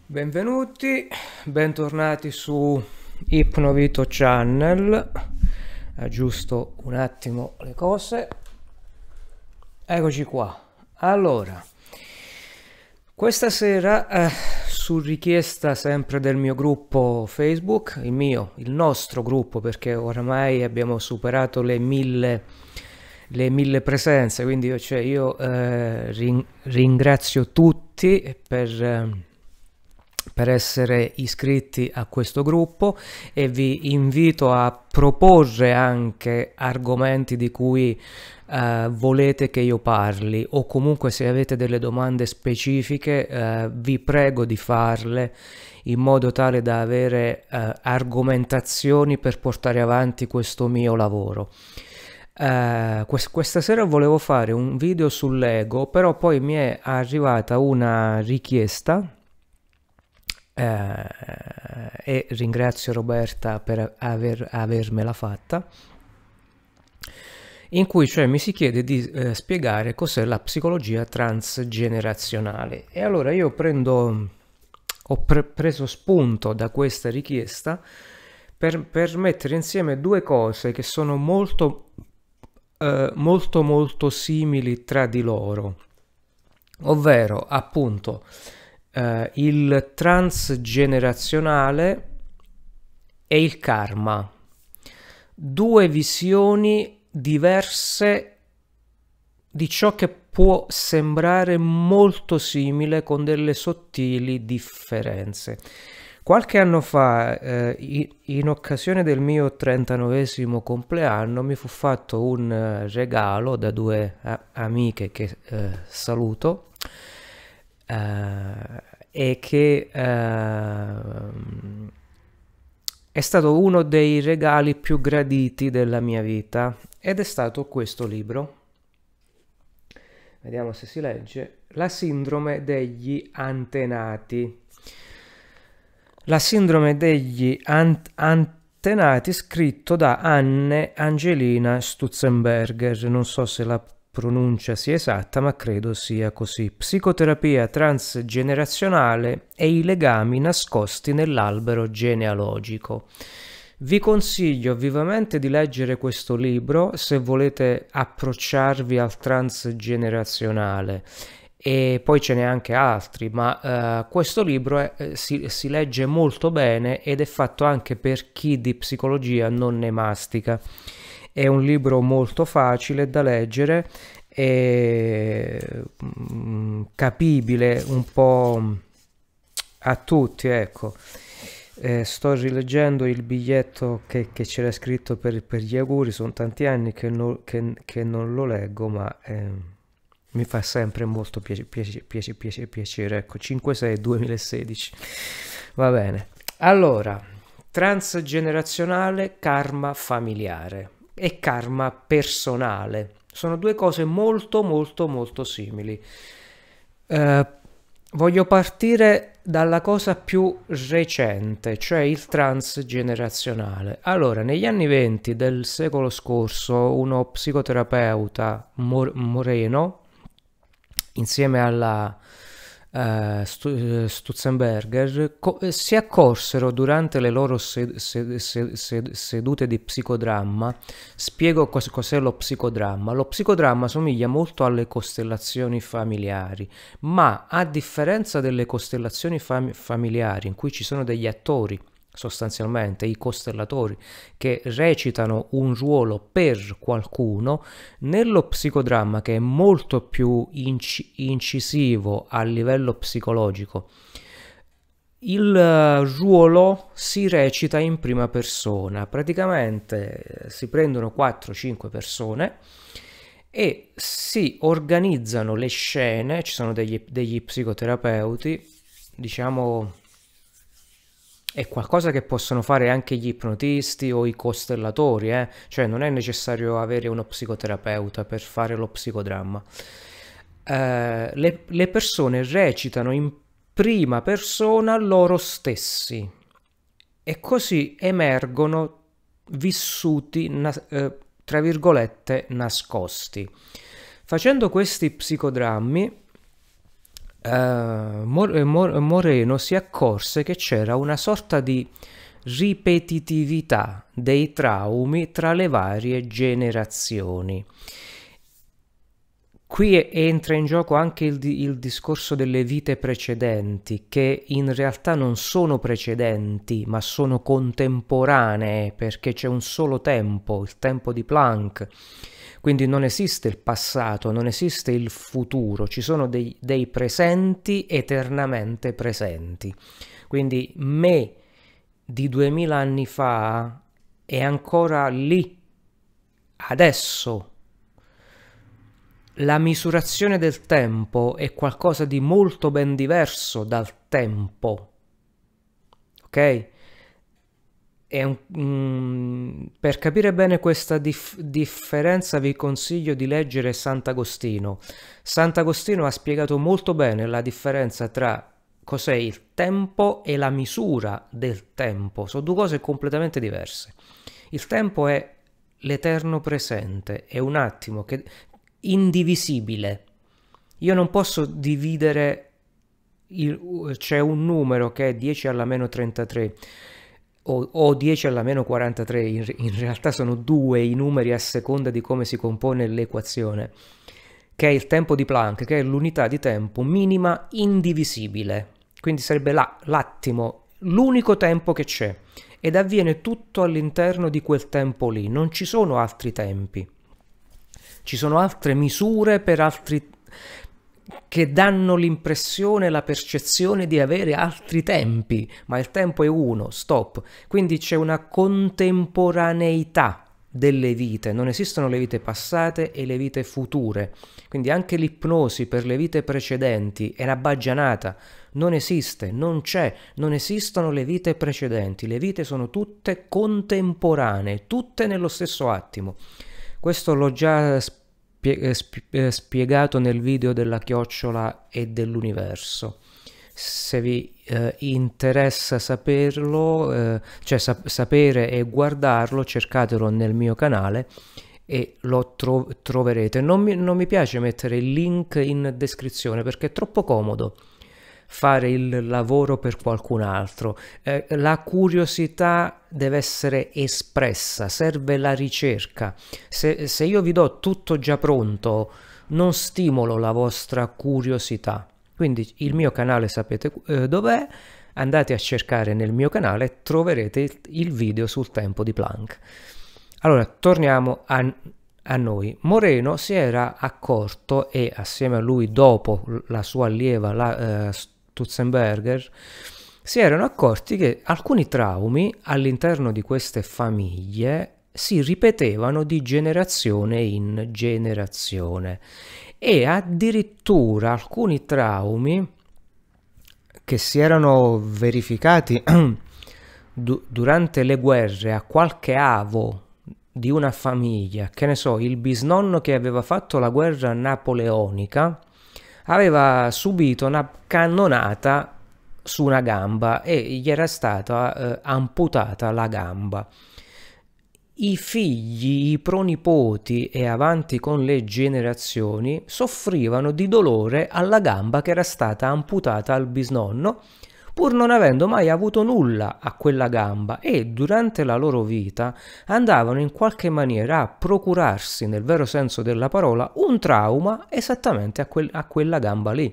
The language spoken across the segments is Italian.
Benvenuti, bentornati su Ipnovito Channel. Aggiusto un attimo le cose. Eccoci qua. Allora, questa sera, su richiesta sempre del mio gruppo Facebook, il nostro gruppo, perché oramai abbiamo superato le 1000 presenze, quindi io ringrazio tutti per essere iscritti a questo gruppo e vi invito a proporre anche argomenti di cui volete che io parli, o comunque se avete delle domande specifiche vi prego di farle in modo tale da avere argomentazioni per portare avanti questo mio lavoro. Questa sera volevo fare un video sull'ego, però poi mi è arrivata una richiesta e ringrazio Roberta per avermela fatta, in cui cioè mi si chiede di spiegare cos'è la psicologia transgenerazionale. E allora io ho preso spunto da questa richiesta per mettere insieme due cose che sono molto simili tra di loro, ovvero appunto il transgenerazionale e il karma, due visioni diverse di ciò che può sembrare molto simile con delle sottili differenze. Qualche anno fa, in occasione del mio 39esimo compleanno, mi fu fatto un regalo da due amiche che saluto, e che è stato uno dei regali più graditi della mia vita, ed è stato questo libro. Vediamo se si legge. La sindrome degli antenati. La sindrome degli antenati, scritto da Anne Angelina Stutzenberger. Non so se la pronuncia sia esatta, ma credo sia così. Psicoterapia transgenerazionale e i legami nascosti nell'albero genealogico. Vi consiglio vivamente di leggere questo libro se volete approcciarvi al transgenerazionale, e poi ce n'è anche altri, ma questo libro si legge molto bene ed è fatto anche per chi di psicologia non ne mastica. È un libro molto facile da leggere e capibile un po' a tutti, ecco. Sto rileggendo il biglietto che c'era scritto per gli auguri. Sono tanti anni che non lo leggo, ma mi fa sempre molto piacere. Ecco, 5/6/2016. Va bene. Allora, transgenerazionale, karma familiare e karma personale. Sono due cose molto simili. Voglio partire dalla cosa più recente, cioè il transgenerazionale. Allora, negli anni 20 del secolo scorso, uno psicoterapeuta moreno, insieme alla Stutzenberger, si accorsero durante le loro sedute di psicodramma. Spiego cos'è lo psicodramma. Lo psicodramma somiglia molto alle costellazioni familiari, ma a differenza delle costellazioni familiari in cui ci sono degli attori, sostanzialmente i costellatori, che recitano un ruolo per qualcuno, nello psicodramma, che è molto più incisivo a livello psicologico, il ruolo si recita in prima persona. Praticamente si prendono 4-5 persone e si organizzano le scene. Ci sono degli psicoterapeuti, diciamo. È qualcosa che possono fare anche gli ipnotisti o i costellatori, cioè non è necessario avere uno psicoterapeuta per fare lo psicodramma. Le persone recitano in prima persona loro stessi e così emergono vissuti, tra virgolette, nascosti. Facendo questi psicodrammi Moreno si accorse che c'era una sorta di ripetitività dei traumi tra le varie generazioni. Qui entra in gioco anche il discorso delle vite precedenti, che in realtà non sono precedenti, ma sono contemporanee, perché c'è un solo tempo, il tempo di Planck. Quindi non esiste il passato, non esiste il futuro, ci sono dei presenti eternamente presenti. Quindi me di 2000 anni fa è ancora lì, adesso. La misurazione del tempo è qualcosa di molto ben diverso dal tempo, ok? Per capire bene questa differenza vi consiglio di leggere Sant'Agostino. Sant'Agostino ha spiegato molto bene la differenza tra cos'è il tempo e la misura del tempo. Sono due cose completamente diverse. Il tempo è l'eterno presente, è un attimo che indivisibile. Io non posso dividere, c'è un numero che è 10 alla meno 33 o 10 alla meno 43, in realtà sono due i numeri a seconda di come si compone l'equazione, che è il tempo di Planck, che è l'unità di tempo minima indivisibile, quindi sarebbe l'attimo, l'unico tempo che c'è, ed avviene tutto all'interno di quel tempo lì, non ci sono altri tempi. Ci sono altre misure per altri che danno l'impressione, la percezione di avere altri tempi, ma il tempo è uno, stop. Quindi c'è una contemporaneità delle vite, non esistono le vite passate e le vite future. Quindi anche l'ipnosi per le vite precedenti è una baggianata, non esiste, non c'è, non esistono le vite precedenti, le vite sono tutte contemporanee, tutte nello stesso attimo. Questo l'ho già spiegato nel video della chiocciola e dell'universo. Se vi interessa saperlo, cioè sapere e guardarlo, cercatelo nel mio canale e lo troverete. Non mi piace mettere il link in descrizione perché è troppo comodo fare il lavoro per qualcun altro. La curiosità deve essere espressa, serve la ricerca. Se io vi do tutto già pronto, non stimolo la vostra curiosità. Quindi il mio canale sapete dov'è, andate a cercare nel mio canale e troverete il video sul tempo di Planck. Allora, torniamo a noi. Moreno si era accorto, e assieme a lui dopo la sua allieva, Stutzenberger, si erano accorti che alcuni traumi all'interno di queste famiglie si ripetevano di generazione in generazione e addirittura alcuni traumi che si erano verificati durante le guerre a qualche avo di una famiglia, che ne so, il bisnonno che aveva fatto la guerra napoleonica aveva subito una cannonata su una gamba e gli era stata amputata la gamba. I figli, i pronipoti e avanti con le generazioni soffrivano di dolore alla gamba che era stata amputata al bisnonno, pur non avendo mai avuto nulla a quella gamba, e durante la loro vita andavano in qualche maniera a procurarsi, nel vero senso della parola, un trauma esattamente a quella gamba lì.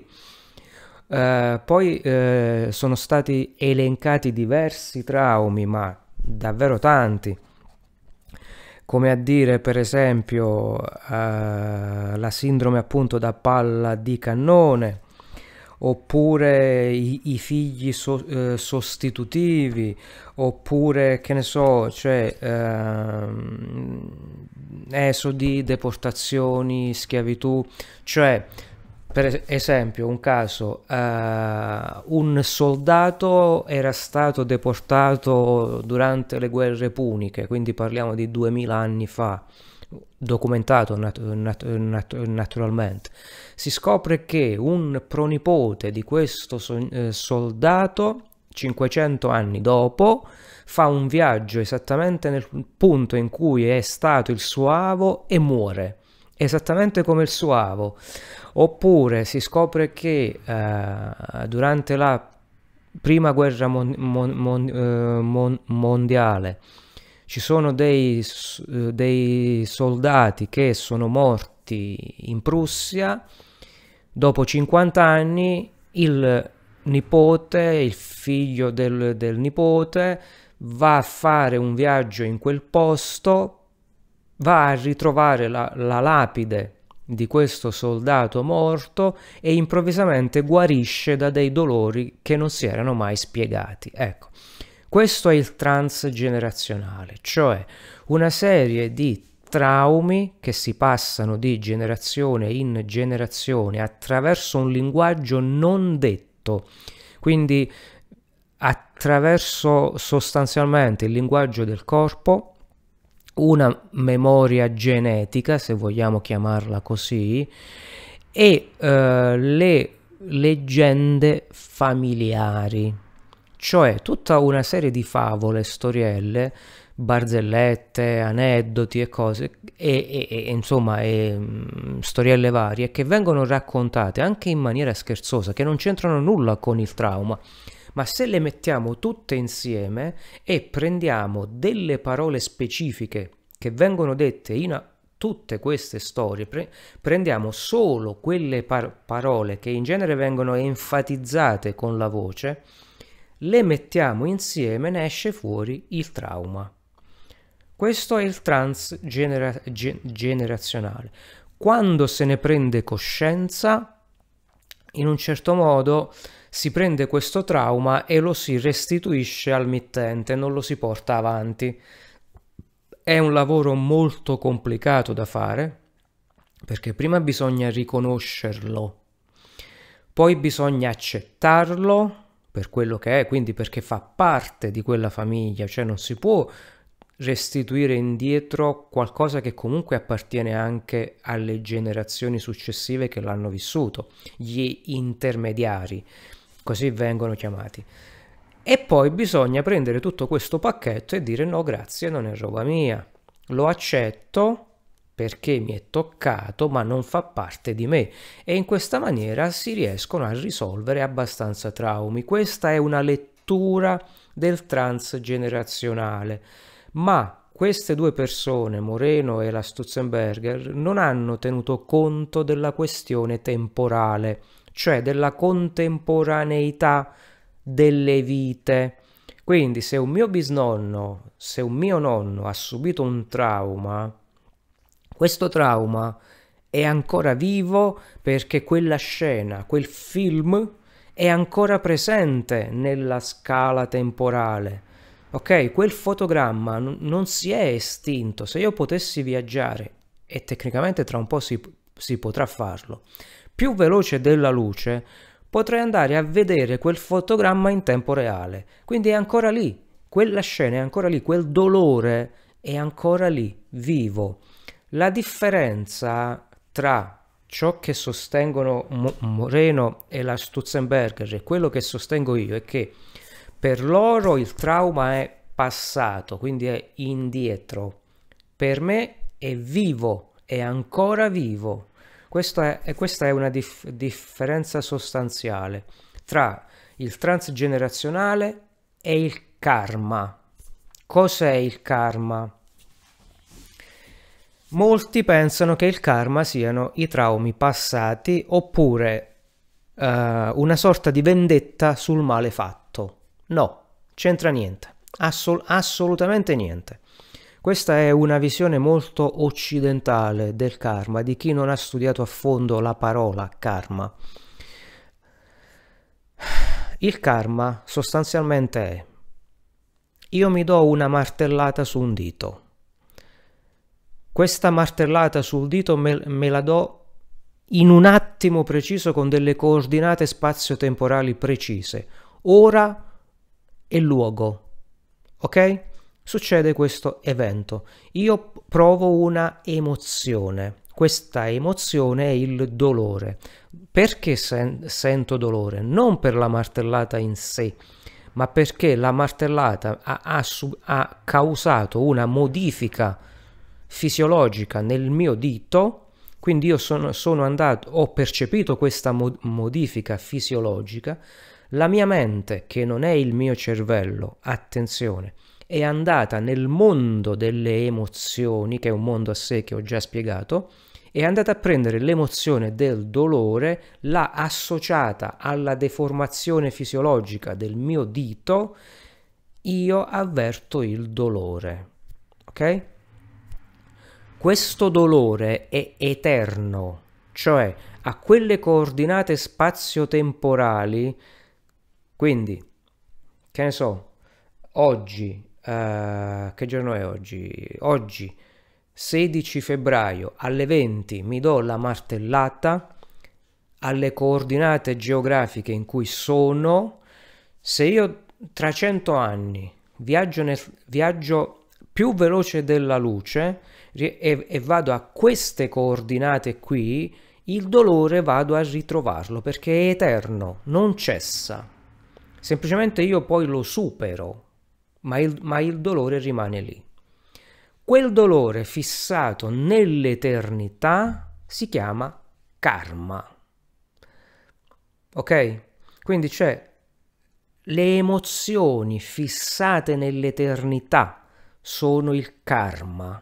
Poi sono stati elencati diversi traumi, ma davvero tanti, come a dire, per esempio la sindrome appunto da palla di cannone, oppure i figli sostitutivi, oppure, che ne so, cioè esodi, deportazioni, schiavitù. Cioè, per esempio, un caso, un soldato era stato deportato durante le guerre puniche, quindi parliamo di 2000 anni fa, documentato naturalmente. Si scopre che un pronipote di questo soldato, 500 anni dopo, fa un viaggio esattamente nel punto in cui è stato il suo avo e muore. esattamente come il suavo. Oppure si scopre che durante la prima guerra mondiale ci sono dei soldati che sono morti in Prussia. Dopo 50 anni il nipote, il figlio del nipote, va a fare un viaggio in quel posto, va a ritrovare la lapide di questo soldato morto e improvvisamente guarisce da dei dolori che non si erano mai spiegati. Ecco, questo è il transgenerazionale, cioè una serie di traumi che si passano di generazione in generazione attraverso un linguaggio non detto, quindi attraverso sostanzialmente il linguaggio del corpo, una memoria genetica, se vogliamo chiamarla così, e le leggende familiari, cioè tutta una serie di favole, storielle, barzellette, aneddoti e cose, insomma, storielle varie che vengono raccontate anche in maniera scherzosa, che non c'entrano nulla con il trauma. Ma se le mettiamo tutte insieme e prendiamo delle parole specifiche che vengono dette in tutte queste storie, prendiamo solo quelle parole che in genere vengono enfatizzate con la voce, le mettiamo insieme, ne esce fuori il trauma. Questo è il transgenerazionale. Quando se ne prende coscienza, in un certo modo si prende questo trauma e lo si restituisce al mittente, non lo si porta avanti. È un lavoro molto complicato da fare, perché prima bisogna riconoscerlo, poi bisogna accettarlo per quello che è, quindi perché fa parte di quella famiglia, cioè non si può restituire indietro qualcosa che comunque appartiene anche alle generazioni successive che l'hanno vissuto, gli intermediari, così vengono chiamati. E poi bisogna prendere tutto questo pacchetto e dire no, grazie, non è roba mia, lo accetto perché mi è toccato, ma non fa parte di me, e in questa maniera si riescono a risolvere abbastanza traumi. Questa è una lettura del transgenerazionale, ma queste due persone, Moreno e la Stutzenberger, non hanno tenuto conto della questione temporale, cioè della contemporaneità delle vite. Quindi se un mio bisnonno, se un mio nonno ha subito un trauma, questo trauma è ancora vivo perché quella scena, quel film è ancora presente nella scala temporale. Ok, quel fotogramma non si è estinto. Se io potessi viaggiare, e tecnicamente tra un po' si potrà farlo, più veloce della luce, potrei andare a vedere quel fotogramma in tempo reale. Quindi è ancora lì, quella scena è ancora lì, quel dolore è ancora lì, vivo. La differenza tra ciò che sostengono Moreno e la Stutzenberger e quello che sostengo io è che per loro il trauma è passato, quindi è indietro. Per me è vivo, è ancora vivo. Questa è una differenza sostanziale tra il transgenerazionale e il karma. Cos'è il karma? Molti pensano che il karma siano i traumi passati oppure una sorta di vendetta sul male fatto. No, c'entra niente, assolutamente niente. Questa è una visione molto occidentale del karma, di chi non ha studiato a fondo la parola karma. Il karma sostanzialmente è: io mi do una martellata su un dito. Questa martellata sul dito me la do in un attimo preciso con delle coordinate spazio-temporali precise, ora e luogo. Ok? Succede questo evento. Io provo una emozione. Questa emozione è il dolore. Perché sento dolore? Non per la martellata in sé, ma perché la martellata ha causato una modifica fisiologica nel mio dito Quindi io sono andato, ho percepito questa modifica fisiologica, la mia mente, che non è il mio cervello, attenzione, è andata nel mondo delle emozioni, che è un mondo a sé che ho già spiegato, è andata a prendere l'emozione del dolore, l'ha associata alla deformazione fisiologica del mio dito, io avverto il dolore, ok? Questo dolore è eterno, cioè a quelle coordinate spazio-temporali, quindi, che ne so, oggi, che giorno è oggi? Oggi, 16 febbraio, alle 20 mi do la martellata, alle coordinate geografiche in cui sono, se io tra 100 anni viaggio più veloce della luce e vado a queste coordinate qui, il dolore vado a ritrovarlo perché è eterno, non cessa. Semplicemente io poi lo supero, ma il dolore rimane lì. Quel dolore fissato nell'eternità si chiama karma. Ok? Quindi c'è le emozioni fissate nell'eternità sono il karma.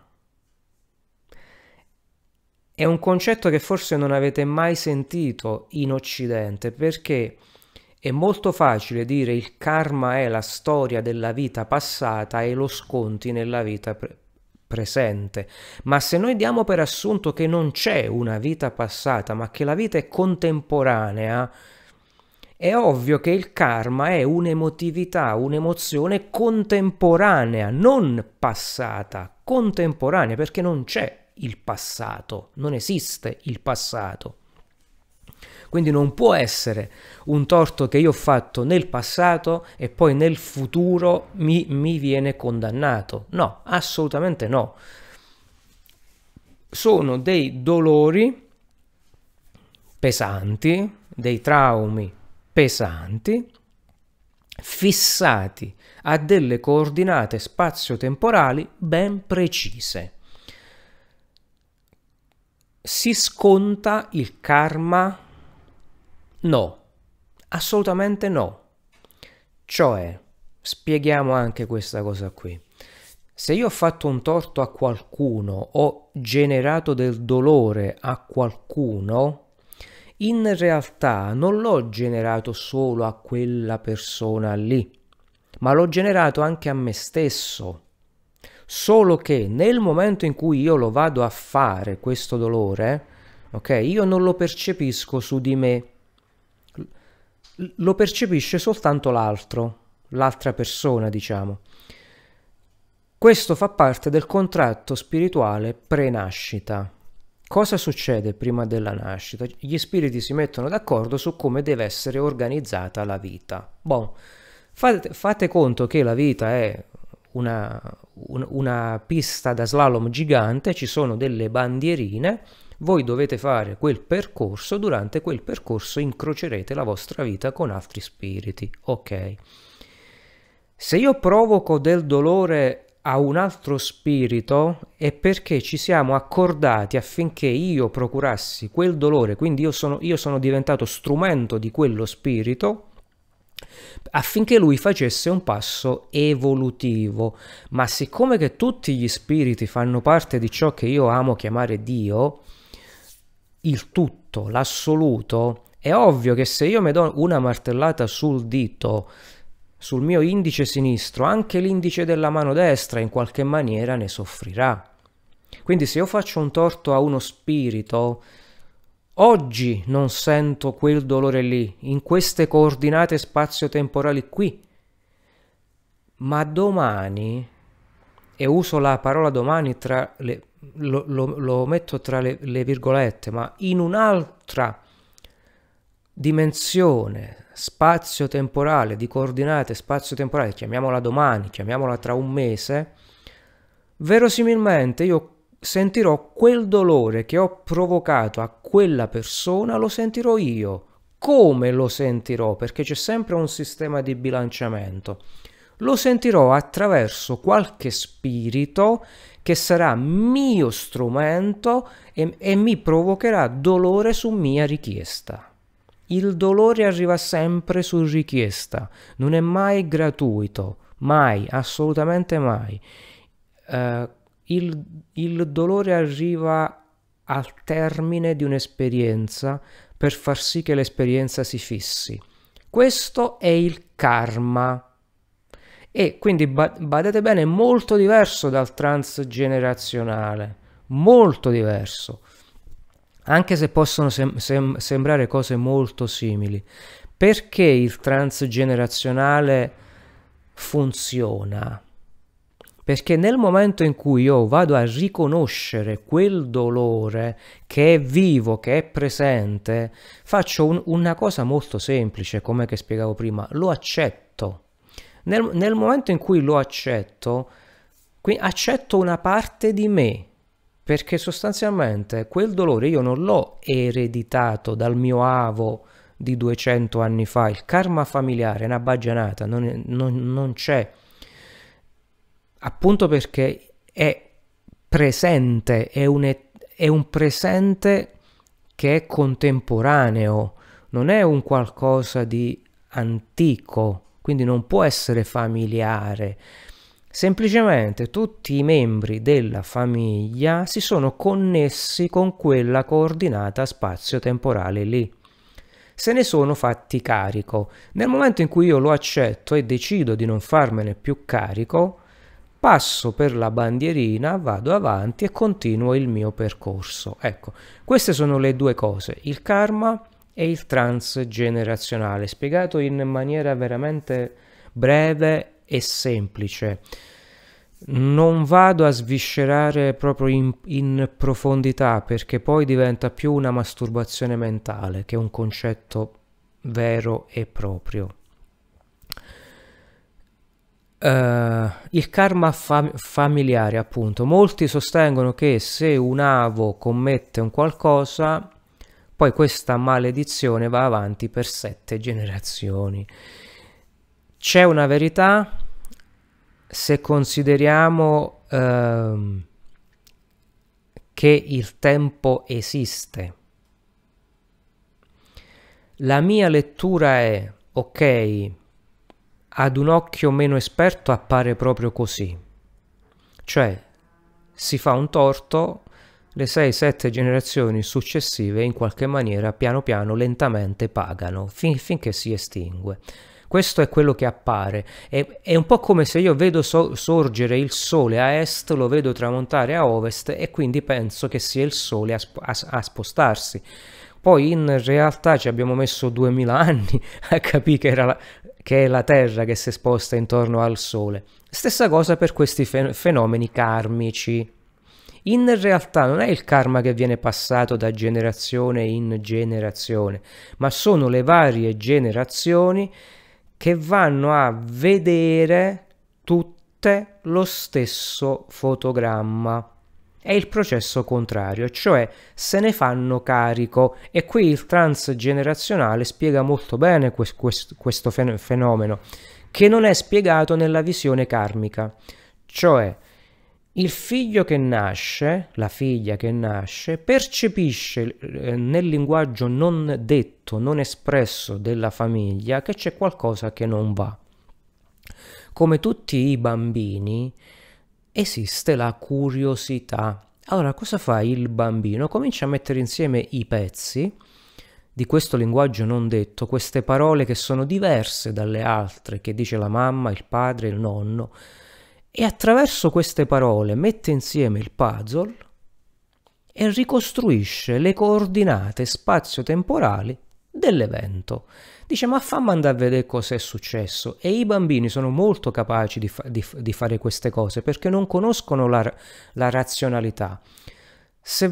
È un concetto che forse non avete mai sentito in Occidente, perché è molto facile dire il karma è la storia della vita passata e lo sconti nella vita presente. Ma se noi diamo per assunto che non c'è una vita passata, ma che la vita è contemporanea, è ovvio che il karma è un'emotività, un'emozione contemporanea, non passata, contemporanea, perché non c'è il passato, non esiste il passato. Quindi non può essere un torto che io ho fatto nel passato e poi nel futuro mi viene condannato. No, assolutamente no. Sono dei dolori pesanti, dei traumi pesanti, fissati a delle coordinate spazio-temporali ben precise. Si sconta il karma? No, assolutamente no. Cioè, spieghiamo anche questa cosa qui. Se io ho fatto un torto a qualcuno, ho generato del dolore a qualcuno, in realtà non l'ho generato solo a quella persona lì, ma l'ho generato anche a me stesso. Solo che nel momento in cui io lo vado a fare questo dolore, ok, io non lo percepisco su di me, lo percepisce soltanto l'altra persona, diciamo. Questo fa parte del contratto spirituale pre-nascita. Cosa succede prima della nascita? Gli spiriti si mettono d'accordo su come deve essere organizzata la vita. Bon, fate conto che la vita è una pista da slalom gigante, ci sono delle bandierine, voi dovete fare quel percorso, durante quel percorso incrocerete la vostra vita con altri spiriti. Ok. Se io provoco del dolore a un altro spirito è perché ci siamo accordati affinché io procurassi quel dolore, quindi io sono diventato strumento di quello spirito affinché lui facesse un passo evolutivo. Ma siccome che tutti gli spiriti fanno parte di ciò che io amo chiamare Dio, il tutto, l'assoluto, è ovvio che se io mi do una martellata sul dito, sul mio indice sinistro, anche l'indice della mano destra in qualche maniera ne soffrirà. Quindi se io faccio un torto a uno spirito, oggi non sento quel dolore lì, in queste coordinate spazio-temporali qui, ma domani, e uso la parola domani tra lo metto tra le virgolette, ma in un'altra dimensione spazio-temporale, di coordinate spazio-temporali, chiamiamola domani, chiamiamola tra un mese, verosimilmente io sentirò quel dolore che ho provocato a quella persona, lo sentirò io. Come lo sentirò? Perché c'è sempre un sistema di bilanciamento. lo sentirò attraverso qualche spirito che sarà mio strumento e mi provocherà dolore su mia richiesta. Il dolore arriva sempre su richiesta, non è mai gratuito, mai, assolutamente mai. Il dolore arriva al termine di un'esperienza per far sì che l'esperienza si fissi. Questo è il karma. E quindi badate bene, è molto diverso dal transgenerazionale, molto diverso, anche se possono sembrare cose molto simili. Perché il transgenerazionale funziona? Perché nel momento in cui io vado a riconoscere quel dolore che è vivo, che è presente, faccio una cosa molto semplice, come che spiegavo prima, lo accetto. Nel momento in cui lo accetto, accetto una parte di me, perché sostanzialmente quel dolore io non l'ho ereditato dal mio avo di 200 anni fa, il karma familiare è una baggianata, non c'è, appunto perché è presente, è un presente che è contemporaneo, non è un qualcosa di antico, quindi non può essere familiare. Semplicemente tutti i membri della famiglia si sono connessi con quella coordinata spazio-temporale lì. Se ne sono fatti carico. Nel momento in cui io lo accetto e decido di non farmene più carico, passo per la bandierina, vado avanti e continuo il mio percorso. Ecco, queste sono le due cose, il karma e il transgenerazionale, spiegato in maniera veramente breve e semplice. Non vado a sviscerare proprio in profondità, perché poi diventa più una masturbazione mentale che un concetto vero e proprio. Il karma familiare, appunto, molti sostengono che se un avo commette un qualcosa, poi questa maledizione va avanti per 7 generazioni. C'è una verità se consideriamo che il tempo esiste. La mia lettura è, ok, ad un occhio meno esperto appare proprio così. Cioè, si fa un torto, le 6-7 generazioni successive in qualche maniera piano piano lentamente pagano finché si estingue. Questo è quello che appare. È un po' come se io vedo sorgere il sole a est, lo vedo tramontare a ovest e quindi penso che sia il sole a spostarsi. Poi in realtà ci abbiamo messo 2000 anni a capire che è la Terra che si sposta intorno al Sole. Stessa cosa per questi fenomeni karmici. In realtà non è il karma che viene passato da generazione in generazione, ma sono le varie generazioni che vanno a vedere tutte lo stesso fotogramma. È il processo contrario, cioè se ne fanno carico, e qui il transgenerazionale spiega molto bene questo fenomeno, che non è spiegato nella visione karmica, cioè il figlio che nasce, la figlia che nasce, percepisce nel linguaggio non detto, non espresso della famiglia che c'è qualcosa che non va. Come tutti i bambini, esiste la curiosità. Allora, cosa fa il bambino? Comincia a mettere insieme i pezzi di questo linguaggio non detto, queste parole che sono diverse dalle altre, che dice la mamma, il padre, il nonno, e attraverso queste parole mette insieme il puzzle e ricostruisce le coordinate spazio-temporali dell'evento. Dice, ma fammi andare a vedere cosa è successo. E i bambini sono molto capaci di fare queste cose perché non conoscono la razionalità. Se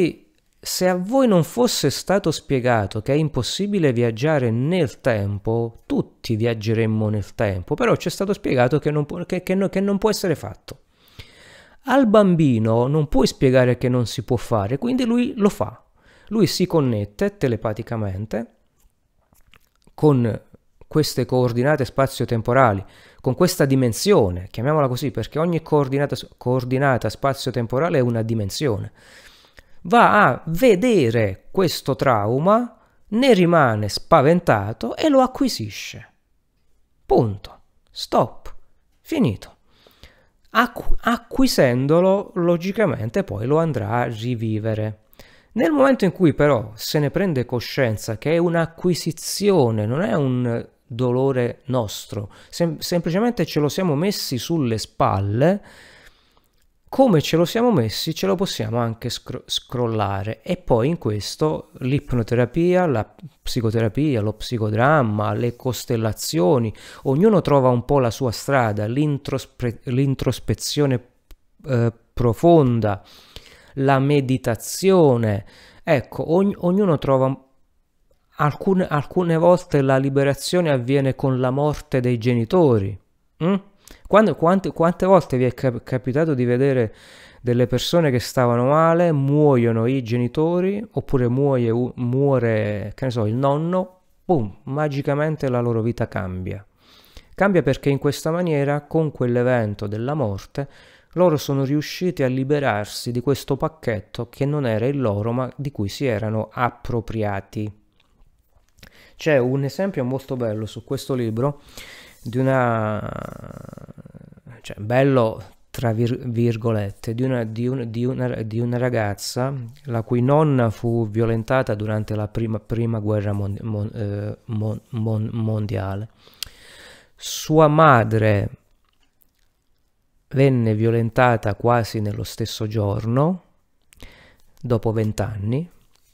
a voi non fosse stato spiegato che è impossibile viaggiare nel tempo, tutti viaggeremmo nel tempo, però ci è stato spiegato che non può essere fatto. Al bambino non puoi spiegare che non si può fare, quindi lui lo fa. Lui si connette telepaticamente con queste coordinate spazio-temporali, con questa dimensione, chiamiamola così perché ogni coordinata spazio-temporale è una dimensione, va a vedere questo trauma, ne rimane spaventato e lo acquisisce. Punto. Stop. Finito. Acquisendolo, logicamente poi lo andrà a rivivere. Nel momento in cui però se ne prende coscienza che è un'acquisizione, non è un dolore nostro, semplicemente ce lo siamo messi sulle spalle, come ce lo siamo messi ce lo possiamo anche scrollare, e poi in questo l'ipnoterapia, la psicoterapia, lo psicodramma, le costellazioni, ognuno trova un po' la sua strada, l'introspezione profonda, la meditazione, ecco, ognuno trova. Alcune volte la liberazione avviene con la morte dei genitori. Quante volte vi è capitato di vedere delle persone che stavano male, muoiono i genitori, oppure muore, che ne so, il nonno, boom, magicamente la loro vita cambia. Cambia perché in questa maniera, con quell'evento della morte, loro sono riusciti a liberarsi di questo pacchetto che non era il loro, ma di cui si erano appropriati. C'è un esempio molto bello su questo libro di bello tra virgolette, di una ragazza la cui nonna fu violentata durante la prima guerra mondiale. Sua madre venne violentata quasi nello stesso giorno, dopo 20 anni.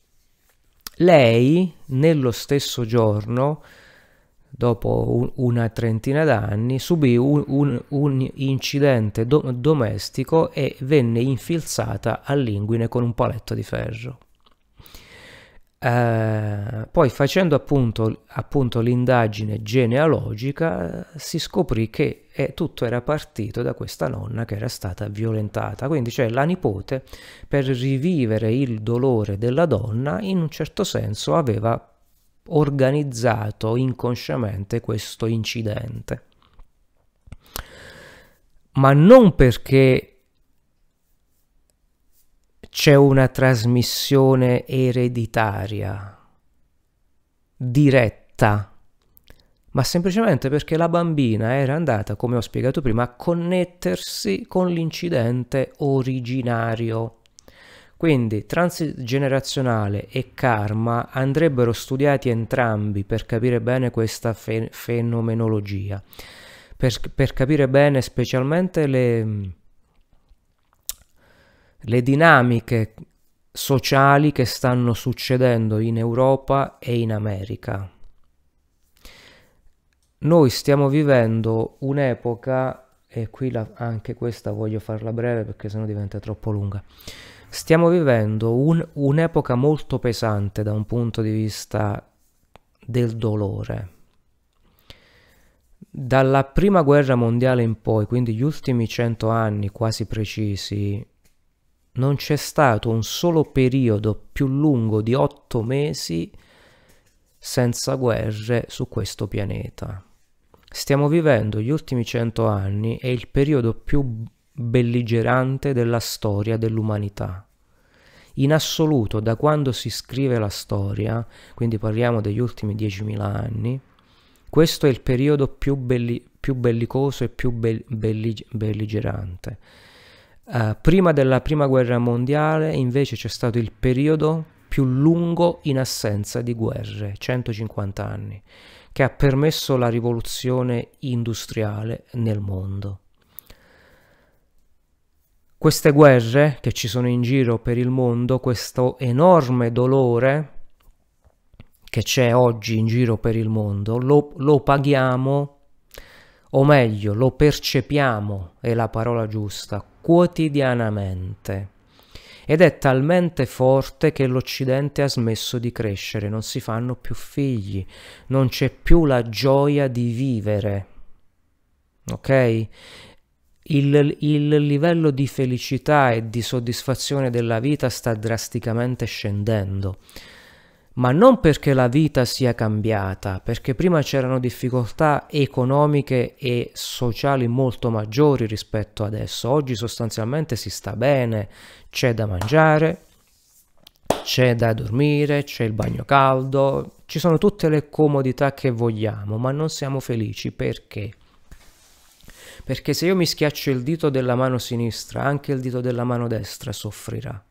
Lei, nello stesso giorno, dopo una trentina d'anni, subì un incidente domestico e venne infilzata all'inguine con un paletto di ferro. Poi, facendo appunto l'indagine genealogica, si scoprì che tutto era partito da questa nonna che era stata violentata. Quindi, cioè, la nipote, per rivivere il dolore della donna, in un certo senso aveva organizzato inconsciamente questo incidente, ma non perché c'è una trasmissione ereditaria diretta, ma semplicemente perché la bambina era andata, come ho spiegato prima, a connettersi con l'incidente originario. Quindi transgenerazionale e karma andrebbero studiati entrambi per capire bene questa fenomenologia, per capire bene specialmente le dinamiche sociali che stanno succedendo in Europa e in America. Noi stiamo vivendo un'epoca, e qui anche questa voglio farla breve perché sennò diventa troppo lunga. Stiamo vivendo un'epoca molto pesante da un punto di vista del dolore. Dalla prima guerra mondiale in poi, quindi gli ultimi 100 anni quasi precisi, non c'è stato un solo periodo più lungo di 8 mesi senza guerre su questo pianeta. Stiamo vivendo gli ultimi 100 anni e il periodo più belligerante della storia dell'umanità. In assoluto, da quando si scrive la storia, quindi parliamo degli ultimi 10.000 anni, questo è il periodo più bellicoso e più belligerante. Prima della prima guerra mondiale invece c'è stato il periodo più lungo in assenza di guerre, 150 anni, che ha permesso la rivoluzione industriale nel mondo. Queste guerre che ci sono in giro per il mondo, questo enorme dolore che c'è oggi in giro per il mondo, lo paghiamo, o meglio, lo percepiamo, è la parola giusta, quotidianamente. Ed è talmente forte che l'Occidente ha smesso di crescere, non si fanno più figli, non c'è più la gioia di vivere, ok? Il livello di felicità e di soddisfazione della vita sta drasticamente scendendo, ma non perché la vita sia cambiata, perché prima c'erano difficoltà economiche e sociali molto maggiori rispetto adesso. Oggi sostanzialmente si sta bene, c'è da mangiare, c'è da dormire, c'è il bagno caldo, ci sono tutte le comodità che vogliamo, ma non siamo felici. Perché? Perché se io mi schiaccio il dito della mano sinistra, anche il dito della mano destra soffrirà.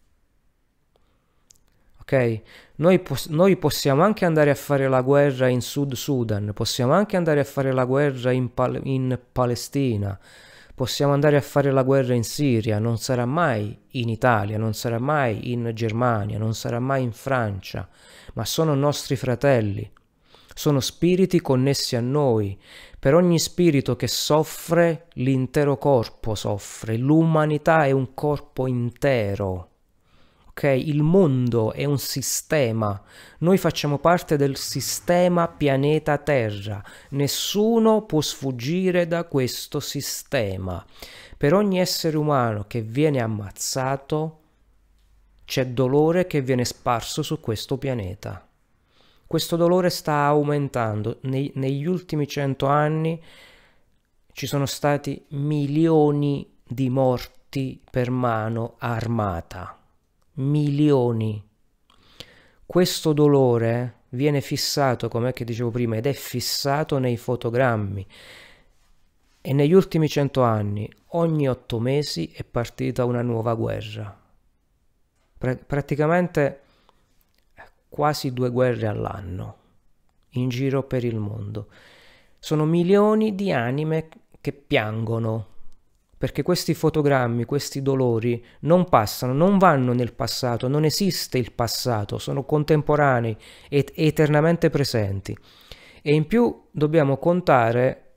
Ok? Noi possiamo anche andare a fare la guerra in Sud Sudan, possiamo anche andare a fare la guerra in Palestina, possiamo andare a fare la guerra in Siria, non sarà mai in Italia, non sarà mai in Germania, non sarà mai in Francia, ma sono nostri fratelli, sono spiriti connessi a noi. Per ogni spirito che soffre, l'intero corpo soffre, l'umanità è un corpo intero. Okay? Il mondo è un sistema, noi facciamo parte del sistema pianeta Terra, nessuno può sfuggire da questo sistema. Per ogni essere umano che viene ammazzato c'è dolore che viene sparso su questo pianeta. Questo dolore sta aumentando. Negli ultimi 100 anni ci sono stati milioni di morti per mano armata. Milioni. Questo dolore viene fissato, come che dicevo prima, ed è fissato nei fotogrammi. E negli ultimi 100 anni, ogni 8 mesi è partita una nuova guerra. Praticamente quasi 2 guerre all'anno in giro per il mondo. Sono milioni di anime che piangono. Perché questi fotogrammi, questi dolori non passano, non vanno nel passato, non esiste il passato, sono contemporanei ed eternamente presenti. E in più dobbiamo contare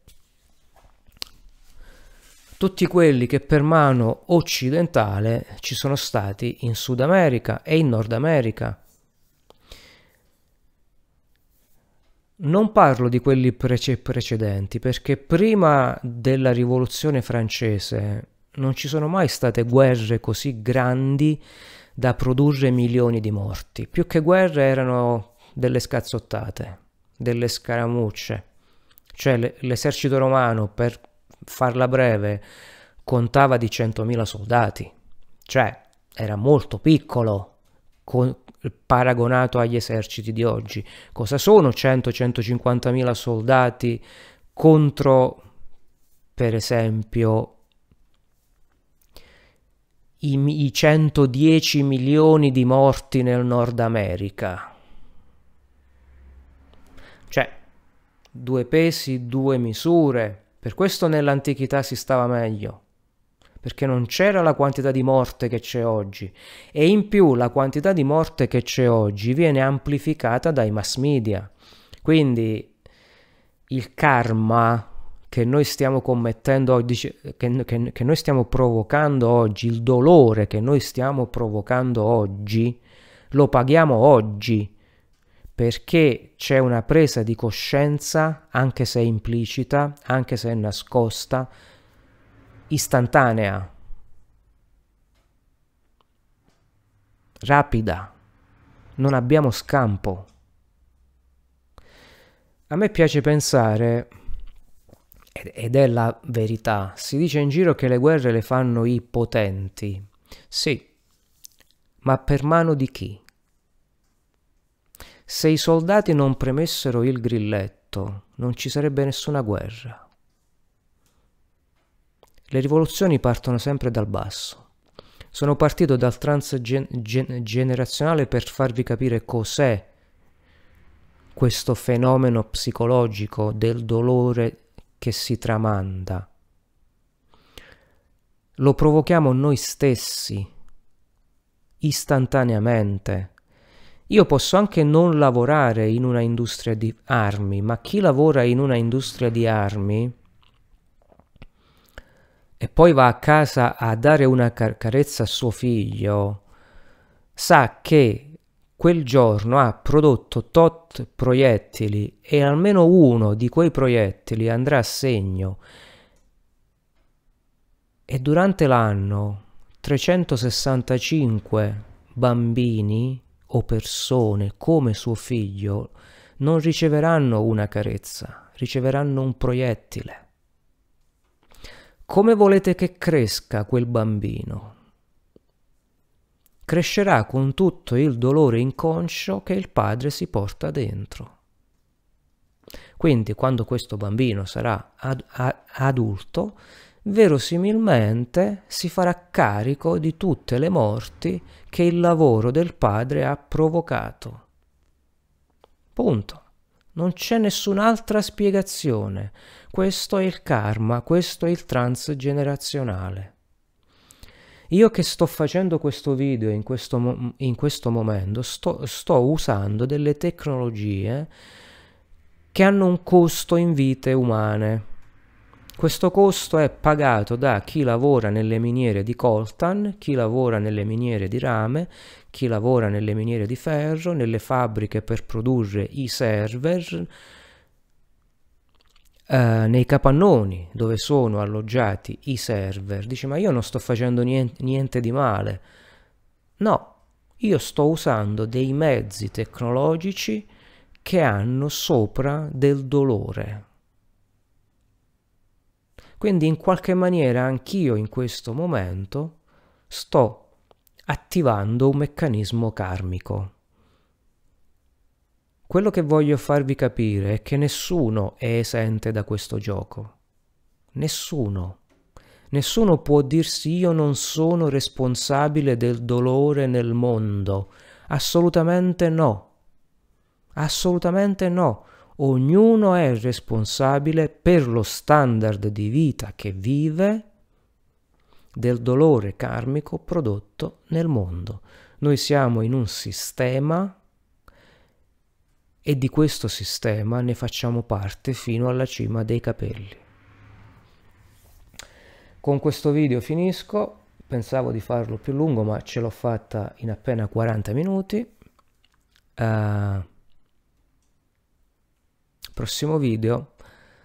tutti quelli che per mano occidentale ci sono stati in Sud America e in Nord America. Non parlo di quelli precedenti, perché prima della rivoluzione francese non ci sono mai state guerre così grandi da produrre milioni di morti. Più che guerre erano delle scazzottate, delle scaramucce. Cioè l'esercito romano, per farla breve, contava di 100.000 soldati. Cioè era molto piccolo paragonato agli eserciti di oggi. Cosa sono 100-150.000 soldati contro, per esempio, i 110 milioni di morti nel Nord America? Cioè, 2 pesi, 2 misure. Per questo nell'antichità si stava meglio, perché non c'era la quantità di morte che c'è oggi, e in più la quantità di morte che c'è oggi viene amplificata dai mass media. Quindi il karma che noi stiamo commettendo oggi, che noi stiamo provocando oggi, il dolore che noi stiamo provocando oggi, lo paghiamo oggi, perché c'è una presa di coscienza, anche se è implicita, anche se è nascosta, istantanea, rapida, non abbiamo scampo. A me piace pensare, ed è la verità, si dice in giro che le guerre le fanno i potenti. Sì, ma per mano di chi? Se i soldati non premessero il grilletto, non ci sarebbe nessuna guerra. Le rivoluzioni partono sempre dal basso. Sono partito dal transgenerazionale per farvi capire cos'è questo fenomeno psicologico del dolore che si tramanda. Lo provochiamo noi stessi, istantaneamente. Io posso anche non lavorare in una industria di armi, ma chi lavora in una industria di armi e poi va a casa a dare una carezza a suo figlio, sa che quel giorno ha prodotto tot proiettili e almeno uno di quei proiettili andrà a segno. E durante l'anno 365 bambini o persone come suo figlio non riceveranno una carezza, riceveranno un proiettile. Come volete che cresca quel bambino? Crescerà con tutto il dolore inconscio che il padre si porta dentro. Quindi quando questo bambino sarà adulto, verosimilmente si farà carico di tutte le morti che il lavoro del padre ha provocato. Punto. Non c'è nessun'altra spiegazione. Questo è il karma, questo è il transgenerazionale. Io che sto facendo questo video in questo momento sto usando delle tecnologie che hanno un costo in vite umane. Questo costo è pagato da chi lavora nelle miniere di coltan, chi lavora nelle miniere di rame, chi lavora nelle miniere di ferro, nelle fabbriche per produrre i server, nei capannoni dove sono alloggiati i server. Dici, ma io non sto facendo niente di male. No, io sto usando dei mezzi tecnologici che hanno sopra del dolore. Quindi in qualche maniera anch'io in questo momento sto attivando un meccanismo karmico. Quello che voglio farvi capire è che nessuno è esente da questo gioco. Nessuno. Nessuno può dirsi io non sono responsabile del dolore nel mondo. Assolutamente no. Assolutamente no. Ognuno è responsabile per lo standard di vita che vive del dolore karmico prodotto nel mondo. Noi siamo in un sistema e di questo sistema ne facciamo parte fino alla cima dei capelli. Con questo video finisco. Pensavo di farlo più lungo, ma ce l'ho fatta in appena 40 minuti. Prossimo video,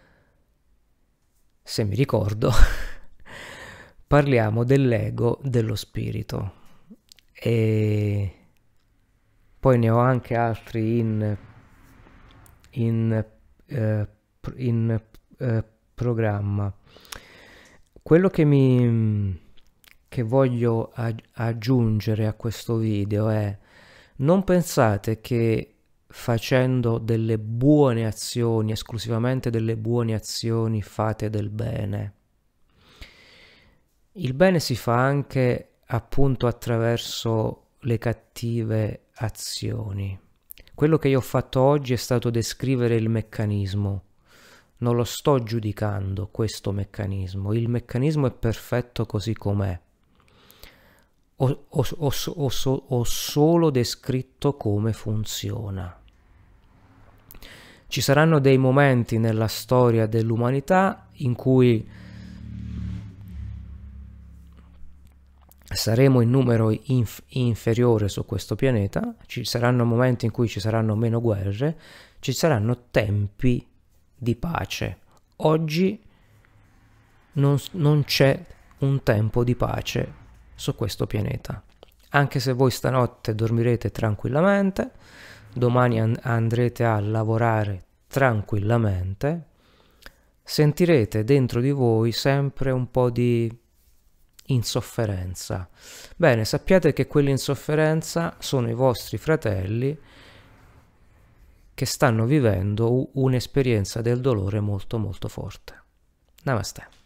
se mi ricordo, parliamo dell'ego dello spirito, e poi ne ho anche altri in programma. Quello che voglio aggiungere a questo video è: non pensate che facendo delle buone azioni, esclusivamente delle buone azioni, fate del bene. Il bene si fa anche appunto attraverso le cattive azioni. Quello che io ho fatto oggi è stato descrivere il meccanismo. Non lo sto giudicando, questo meccanismo. Il meccanismo è perfetto così com'è. Ho solo descritto come funziona. Ci saranno dei momenti nella storia dell'umanità in cui saremo in numero inferiore su questo pianeta, ci saranno momenti in cui ci saranno meno guerre, ci saranno tempi di pace. Oggi non c'è un tempo di pace su questo pianeta. Anche se voi stanotte dormirete tranquillamente, domani andrete a lavorare tranquillamente, sentirete dentro di voi sempre un po' di insofferenza. Bene, sappiate che quell'insofferenza sono i vostri fratelli che stanno vivendo un'esperienza del dolore molto molto forte. Namaste.